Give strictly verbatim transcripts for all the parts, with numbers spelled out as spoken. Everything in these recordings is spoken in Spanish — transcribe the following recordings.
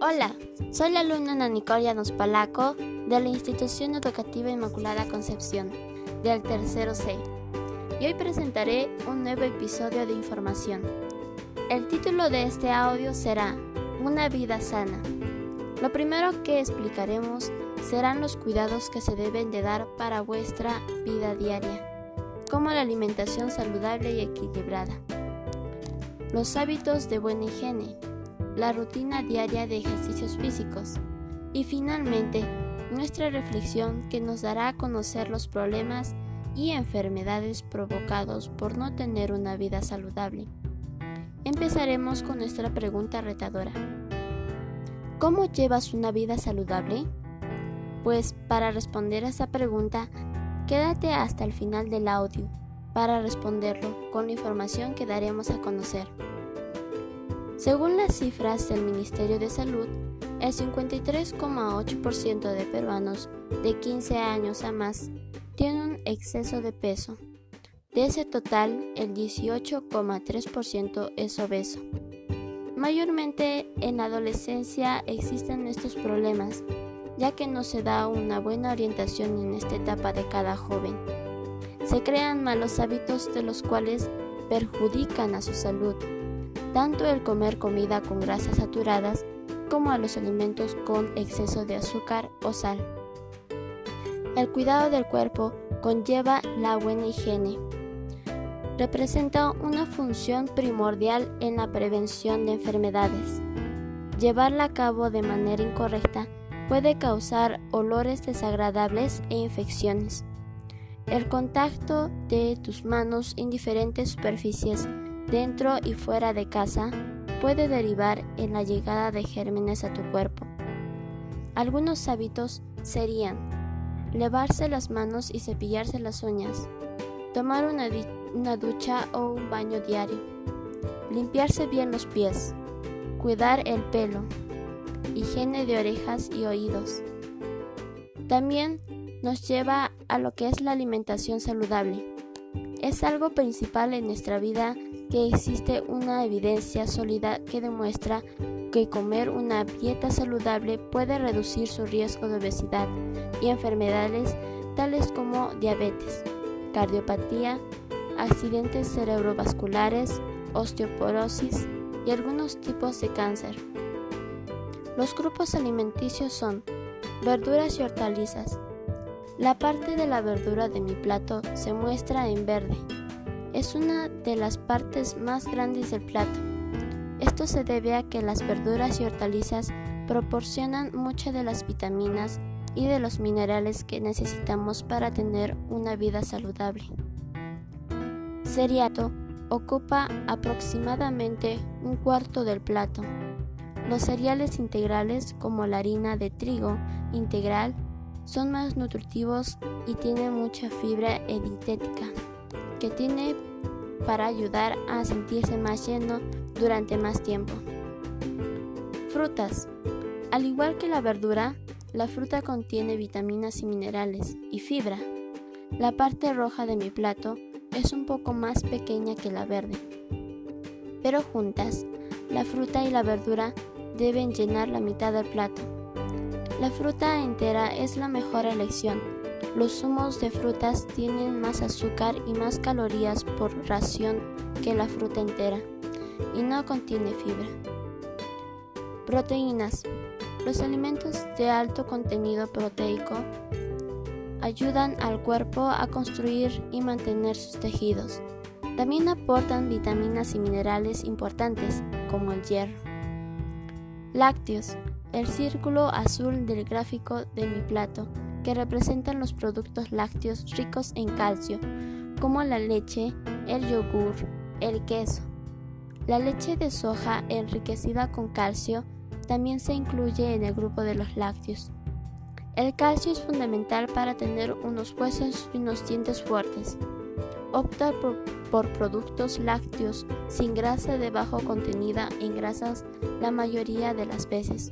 Hola, soy la alumna Ana Nicole Llanos Palaco de la Institución Educativa Inmaculada Concepción, del tercero C, y hoy presentaré un nuevo episodio de información. El título de este audio será Una vida sana. Lo primero que explicaremos serán los cuidados que se deben de dar para vuestra vida diaria, como la alimentación saludable y equilibrada, los hábitos de buena higiene, la rutina diaria de ejercicios físicos y finalmente nuestra reflexión que nos dará a conocer los problemas y enfermedades provocados por no tener una vida saludable. Empezaremos con nuestra pregunta retadora. ¿Cómo llevas una vida saludable? Pues para responder a esta pregunta, quédate hasta el final del audio para responderlo con la información que daremos a conocer. Según las cifras del Ministerio de Salud, el cincuenta y tres coma ocho por ciento de peruanos de quince años a más tienen un exceso de peso. De ese total, el dieciocho coma tres por ciento es obeso. Mayormente en la adolescencia existen estos problemas, ya que no se da una buena orientación en esta etapa de cada joven. Se crean malos hábitos de los cuales perjudican a su salud, tanto el comer comida con grasas saturadas como a los alimentos con exceso de azúcar o sal. El cuidado del cuerpo conlleva la buena higiene. Representa una función primordial en la prevención de enfermedades. Llevarla a cabo de manera incorrecta puede causar olores desagradables e infecciones. El contacto de tus manos en diferentes superficies dentro y fuera de casa puede derivar en la llegada de gérmenes a tu cuerpo. Algunos hábitos serían lavarse las manos y cepillarse las uñas, tomar una, di- una ducha o un baño diario, limpiarse bien los pies, cuidar el pelo, higiene de orejas y oídos. También nos lleva a lo que es la alimentación saludable. Es algo principal en nuestra vida que existe una evidencia sólida que demuestra que comer una dieta saludable puede reducir su riesgo de obesidad y enfermedades tales como diabetes, cardiopatía, accidentes cerebrovasculares, osteoporosis y algunos tipos de cáncer. Los grupos alimenticios son verduras y hortalizas. La parte de la verdura de mi plato se muestra en verde. Es una de las partes más grandes del plato. Esto se debe a que las verduras y hortalizas proporcionan muchas de las vitaminas y de los minerales que necesitamos para tener una vida saludable. Cereato ocupa aproximadamente un cuarto del plato. Los cereales integrales como la harina de trigo integral son más nutritivos y tienen mucha fibra e dietética que tiene para ayudar a sentirse más lleno durante más tiempo. Frutas. Al igual que la verdura, la fruta contiene vitaminas y minerales y fibra. La parte roja de mi plato es un poco más pequeña que la verde, pero juntas, la fruta y la verdura deben llenar la mitad del plato. La fruta entera es la mejor elección. Los zumos de frutas tienen más azúcar y más calorías por ración que la fruta entera y no contiene fibra. Proteínas. Los alimentos de alto contenido proteico ayudan al cuerpo a construir y mantener sus tejidos. También aportan vitaminas y minerales importantes como el hierro. Lácteos. El círculo azul del gráfico de mi plato, que representan los productos lácteos ricos en calcio, como la leche, el yogur, el queso. La leche de soja enriquecida con calcio también se incluye en el grupo de los lácteos. El calcio es fundamental para tener unos huesos y unos dientes fuertes. Opta por, por productos lácteos sin grasa de bajo contenida en grasas la mayoría de las veces.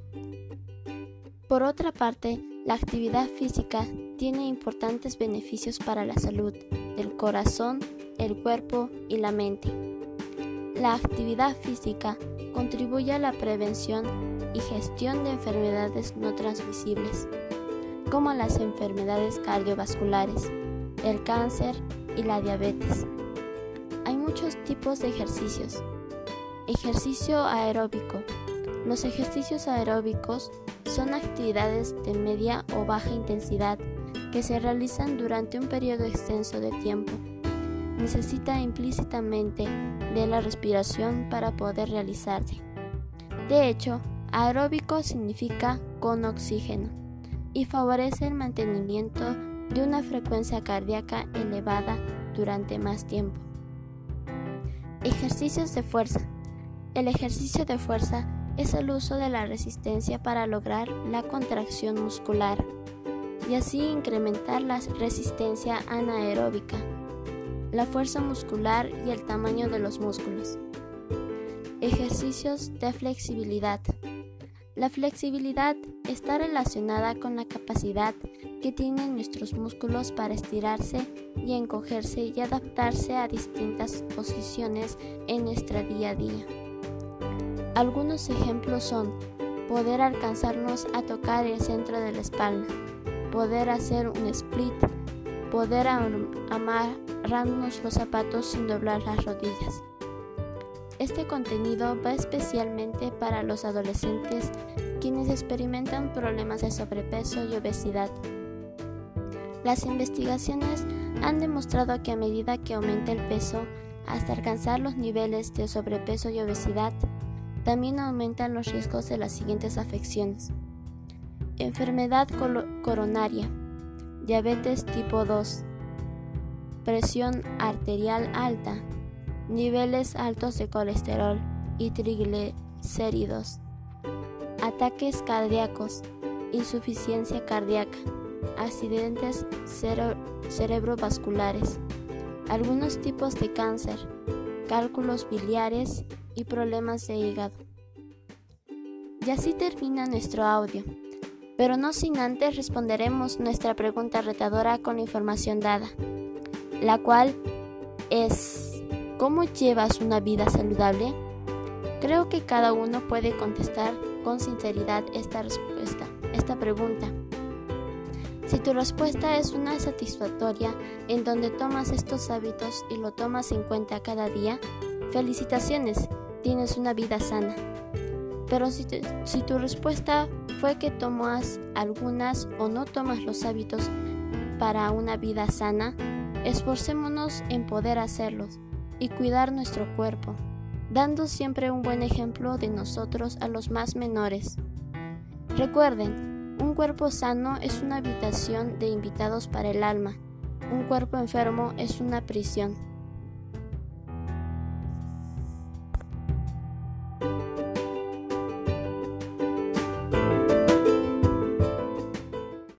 Por otra parte, la actividad física tiene importantes beneficios para la salud del corazón, el cuerpo y la mente. La actividad física contribuye a la prevención y gestión de enfermedades no transmisibles, como las enfermedades cardiovasculares, el cáncer y la diabetes. Hay muchos tipos de ejercicios. Ejercicio aeróbico. Los ejercicios aeróbicos son actividades de media o baja intensidad que se realizan durante un periodo extenso de tiempo. Necesita implícitamente de la respiración para poder realizarse. De hecho, aeróbico significa con oxígeno y favorece el mantenimiento de una frecuencia cardíaca elevada durante más tiempo. Ejercicios de fuerza. El ejercicio de fuerza es el uso de la resistencia para lograr la contracción muscular y así incrementar la resistencia anaeróbica, la fuerza muscular y el tamaño de los músculos. Ejercicios de flexibilidad. La flexibilidad está relacionada con la capacidad que tienen nuestros músculos para estirarse y encogerse y adaptarse a distintas posiciones en nuestro día a día. Algunos ejemplos son poder alcanzarnos a tocar el centro de la espalda, poder hacer un split, poder amarrarnos los zapatos sin doblar las rodillas. Este contenido va especialmente para los adolescentes quienes experimentan problemas de sobrepeso y obesidad. Las investigaciones han demostrado que a medida que aumenta el peso hasta alcanzar los niveles de sobrepeso y obesidad, también aumentan los riesgos de las siguientes afecciones: enfermedad coronaria, diabetes tipo dos, presión arterial alta, niveles altos de colesterol y triglicéridos, ataques cardíacos, insuficiencia cardíaca, accidentes cere- cerebrovasculares, algunos tipos de cáncer, cálculos biliares y problemas de hígado. Y así termina nuestro audio, pero no sin antes responderemos nuestra pregunta retadora con la información dada, la cual es: ¿cómo llevas una vida saludable? Creo que cada uno puede contestar con sinceridad esta respuesta, esta pregunta. Si tu respuesta es una satisfactoria en donde tomas estos hábitos y lo tomas en cuenta cada día, felicitaciones, tienes una vida sana. Pero si, te, si tu respuesta fue que tomas algunas o no tomas los hábitos para una vida sana, esforcémonos en poder hacerlos y cuidar nuestro cuerpo, dando siempre un buen ejemplo de nosotros a los más menores. Recuerden, un cuerpo sano es una habitación de invitados para el alma. Un cuerpo enfermo es una prisión.